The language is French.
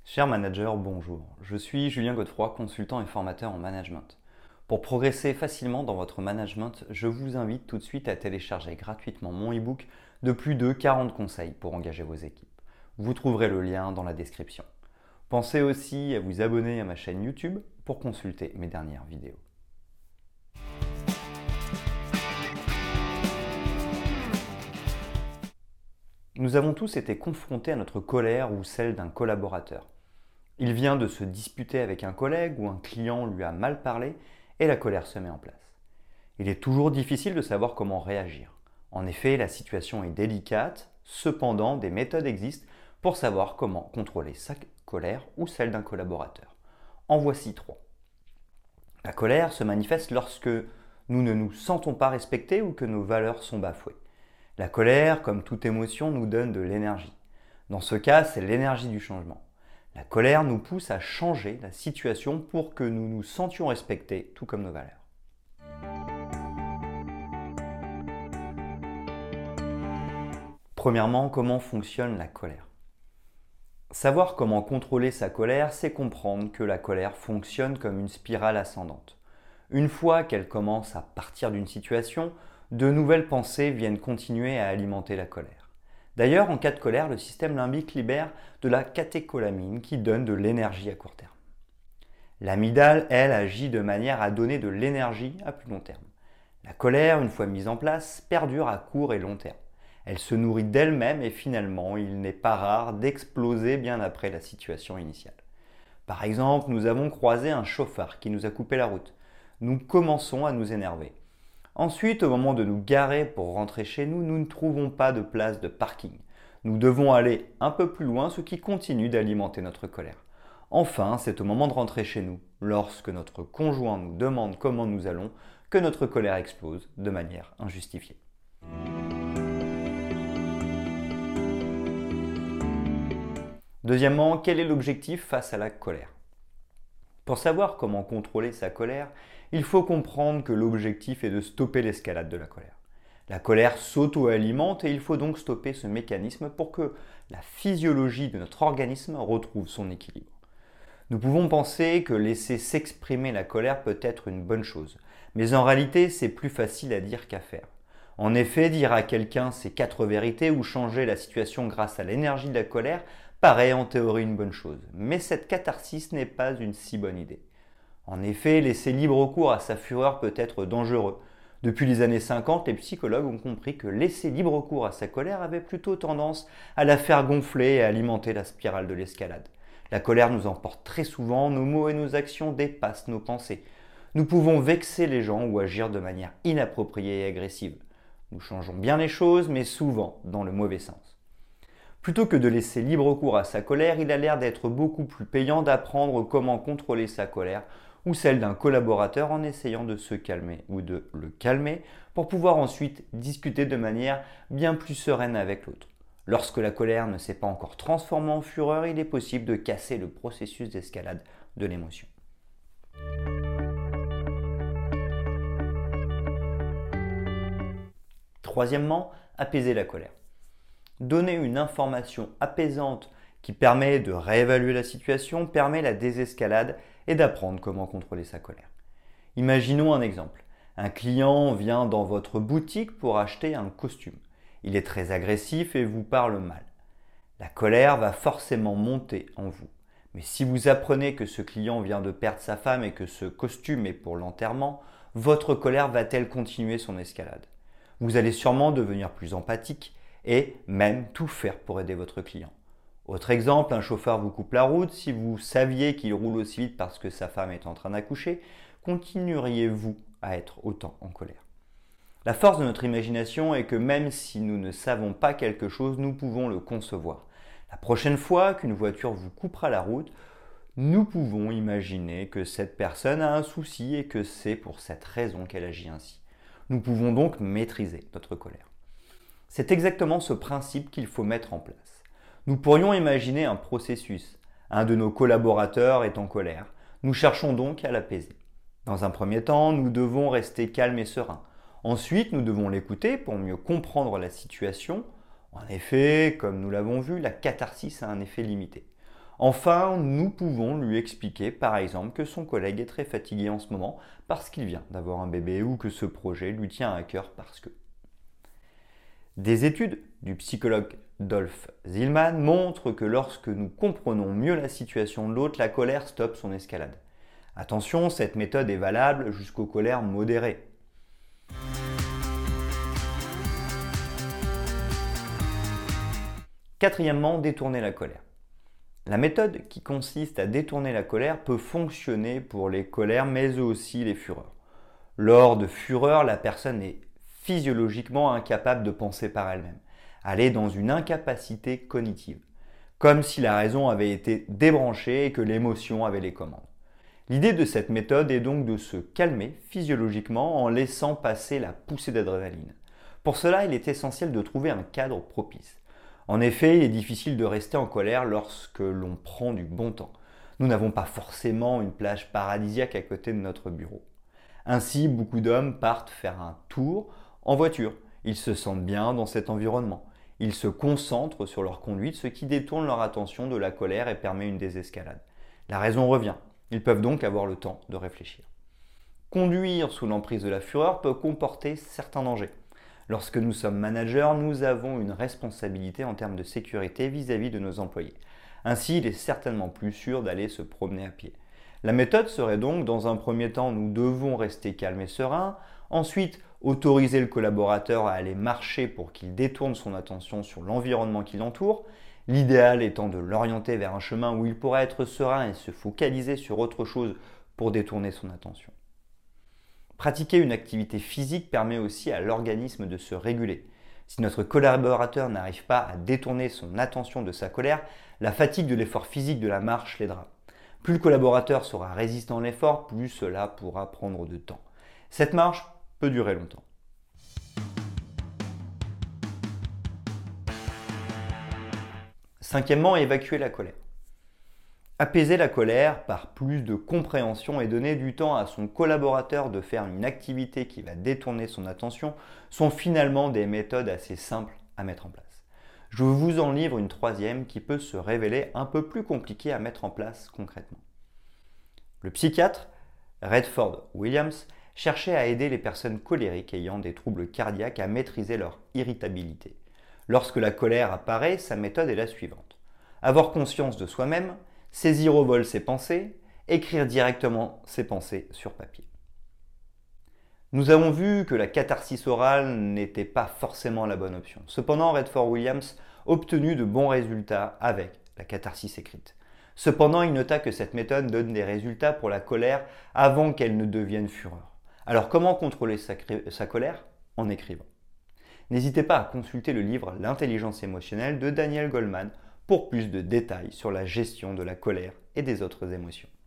Cher manager, bonjour. Je suis Julien Godefroy, consultant et formateur en management. Pour progresser facilement dans votre management, je vous invite tout de suite à télécharger gratuitement mon e-book de plus de 40 conseils pour engager vos équipes. Vous trouverez le lien dans la description. Pensez aussi à vous abonner à ma chaîne YouTube pour consulter mes dernières vidéos. Nous avons tous été confrontés à notre colère ou celle d'un collaborateur. Il vient de se disputer avec un collègue ou un client lui a mal parlé et la colère se met en place. Il est toujours difficile de savoir comment réagir. En effet, la situation est délicate, cependant des méthodes existent pour savoir comment contrôler sa colère ou celle d'un collaborateur. En voici 3. La colère se manifeste lorsque nous ne nous sentons pas respectés ou que nos valeurs sont bafouées. La colère, comme toute émotion, nous donne de l'énergie. Dans ce cas, c'est l'énergie du changement. La colère nous pousse à changer la situation pour que nous nous sentions respectés, tout comme nos valeurs. Premièrement, comment fonctionne la colère? Savoir comment contrôler sa colère, c'est comprendre que la colère fonctionne comme une spirale ascendante. Une fois qu'elle commence à partir d'une situation, de nouvelles pensées viennent continuer à alimenter la colère. D'ailleurs, en cas de colère, le système limbique libère de la catécholamine qui donne de l'énergie à court terme. L'amygdale, elle, agit de manière à donner de l'énergie à plus long terme. La colère, une fois mise en place, perdure à court et long terme. Elle se nourrit d'elle-même et finalement, il n'est pas rare d'exploser bien après la situation initiale. Par exemple, nous avons croisé un chauffard qui nous a coupé la route. Nous commençons à nous énerver. Ensuite, au moment de nous garer pour rentrer chez nous, nous ne trouvons pas de place de parking. Nous devons aller un peu plus loin, ce qui continue d'alimenter notre colère. Enfin, c'est au moment de rentrer chez nous, lorsque notre conjoint nous demande comment nous allons, que notre colère explose de manière injustifiée. Deuxièmement, quel est l'objectif face à la colère? Pour savoir comment contrôler sa colère, il faut comprendre que l'objectif est de stopper l'escalade de la colère. La colère s'auto-alimente et il faut donc stopper ce mécanisme pour que la physiologie de notre organisme retrouve son équilibre. Nous pouvons penser que laisser s'exprimer la colère peut être une bonne chose, mais en réalité c'est plus facile à dire qu'à faire. En effet, dire à quelqu'un ses 4 vérités ou changer la situation grâce à l'énergie de la colère paraît en théorie une bonne chose, mais cette catharsis n'est pas une si bonne idée. En effet, laisser libre cours à sa fureur peut être dangereux. Depuis les années 50, les psychologues ont compris que laisser libre cours à sa colère avait plutôt tendance à la faire gonfler et à alimenter la spirale de l'escalade. La colère nous emporte très souvent, nos mots et nos actions dépassent nos pensées. Nous pouvons vexer les gens ou agir de manière inappropriée et agressive. Nous changeons bien les choses, mais souvent dans le mauvais sens. Plutôt que de laisser libre cours à sa colère, il a l'air d'être beaucoup plus payant d'apprendre comment contrôler sa colère ou celle d'un collaborateur en essayant de se calmer ou de le calmer pour pouvoir ensuite discuter de manière bien plus sereine avec l'autre. Lorsque la colère ne s'est pas encore transformée en fureur, il est possible de casser le processus d'escalade de l'émotion. Troisièmement, apaiser la colère. Donner une information apaisante qui permet de réévaluer la situation permet la désescalade et d'apprendre comment contrôler sa colère. Imaginons un exemple. Un client vient dans votre boutique pour acheter un costume. Il est très agressif et vous parle mal. La colère va forcément monter en vous. Mais si vous apprenez que ce client vient de perdre sa femme et que ce costume est pour l'enterrement, votre colère va-t-elle continuer son escalade? Vous allez sûrement devenir plus empathique et même tout faire pour aider votre client. Autre exemple, un chauffeur vous coupe la route. Si vous saviez qu'il roule aussi vite parce que sa femme est en train d'accoucher, continueriez-vous à être autant en colère? La force de notre imagination est que même si nous ne savons pas quelque chose, nous pouvons le concevoir. La prochaine fois qu'une voiture vous coupera la route, nous pouvons imaginer que cette personne a un souci et que c'est pour cette raison qu'elle agit ainsi. Nous pouvons donc maîtriser notre colère. C'est exactement ce principe qu'il faut mettre en place. Nous pourrions imaginer un processus. Un de nos collaborateurs est en colère. Nous cherchons donc à l'apaiser. Dans un premier temps, nous devons rester calmes et sereins. Ensuite, nous devons l'écouter pour mieux comprendre la situation. En effet, comme nous l'avons vu, la catharsis a un effet limité. Enfin, nous pouvons lui expliquer par exemple que son collègue est très fatigué en ce moment parce qu'il vient d'avoir un bébé ou que ce projet lui tient à cœur parce que. Des études du psychologue Dolph Zillman montrent que lorsque nous comprenons mieux la situation de l'autre, la colère stoppe son escalade. Attention, cette méthode est valable jusqu'aux colères modérées. Quatrièmement, détourner la colère. La méthode qui consiste à détourner la colère peut fonctionner pour les colères mais aussi les fureurs. Lors de fureur, la personne est physiologiquement incapable de penser par elle-même. Elle est dans une incapacité cognitive, comme si la raison avait été débranchée et que l'émotion avait les commandes. L'idée de cette méthode est donc de se calmer physiologiquement en laissant passer la poussée d'adrénaline. Pour cela, il est essentiel de trouver un cadre propice. En effet, il est difficile de rester en colère lorsque l'on prend du bon temps. Nous n'avons pas forcément une plage paradisiaque à côté de notre bureau. Ainsi, beaucoup d'hommes partent faire un tour en voiture. Ils se sentent bien dans cet environnement. Ils se concentrent sur leur conduite, ce qui détourne leur attention de la colère et permet une désescalade. La raison revient. Ils peuvent donc avoir le temps de réfléchir. Conduire sous l'emprise de la fureur peut comporter certains dangers. Lorsque nous sommes managers, nous avons une responsabilité en termes de sécurité vis-à-vis de nos employés. Ainsi, il est certainement plus sûr d'aller se promener à pied. La méthode serait donc, dans un premier temps, nous devons rester calmes et sereins. Ensuite, autoriser le collaborateur à aller marcher pour qu'il détourne son attention sur l'environnement qui l'entoure. L'idéal étant de l'orienter vers un chemin où il pourra être serein et se focaliser sur autre chose pour détourner son attention. Pratiquer une activité physique permet aussi à l'organisme de se réguler. Si notre collaborateur n'arrive pas à détourner son attention de sa colère, la fatigue de l'effort physique de la marche l'aidera. Plus le collaborateur sera résistant à l'effort, plus cela pourra prendre de temps. Cette marche peut durer longtemps. Cinquièmement, évacuer la colère. Apaiser la colère par plus de compréhension et donner du temps à son collaborateur de faire une activité qui va détourner son attention sont finalement des méthodes assez simples à mettre en place. Je vous en livre une troisième qui peut se révéler un peu plus compliquée à mettre en place concrètement. Le psychiatre Redford Williams cherchait à aider les personnes colériques ayant des troubles cardiaques à maîtriser leur irritabilité. Lorsque la colère apparaît, sa méthode est la suivante. Avoir conscience de soi-même, saisir au vol ses pensées, écrire directement ses pensées sur papier. Nous avons vu que la catharsis orale n'était pas forcément la bonne option. Cependant, Redford Williams obtenu de bons résultats avec la catharsis écrite. Cependant, il nota que cette méthode donne des résultats pour la colère avant qu'elle ne devienne fureur. Alors comment contrôler sa colère? En écrivant. N'hésitez pas à consulter le livre L'intelligence émotionnelle de Daniel Goleman pour plus de détails sur la gestion de la colère et des autres émotions.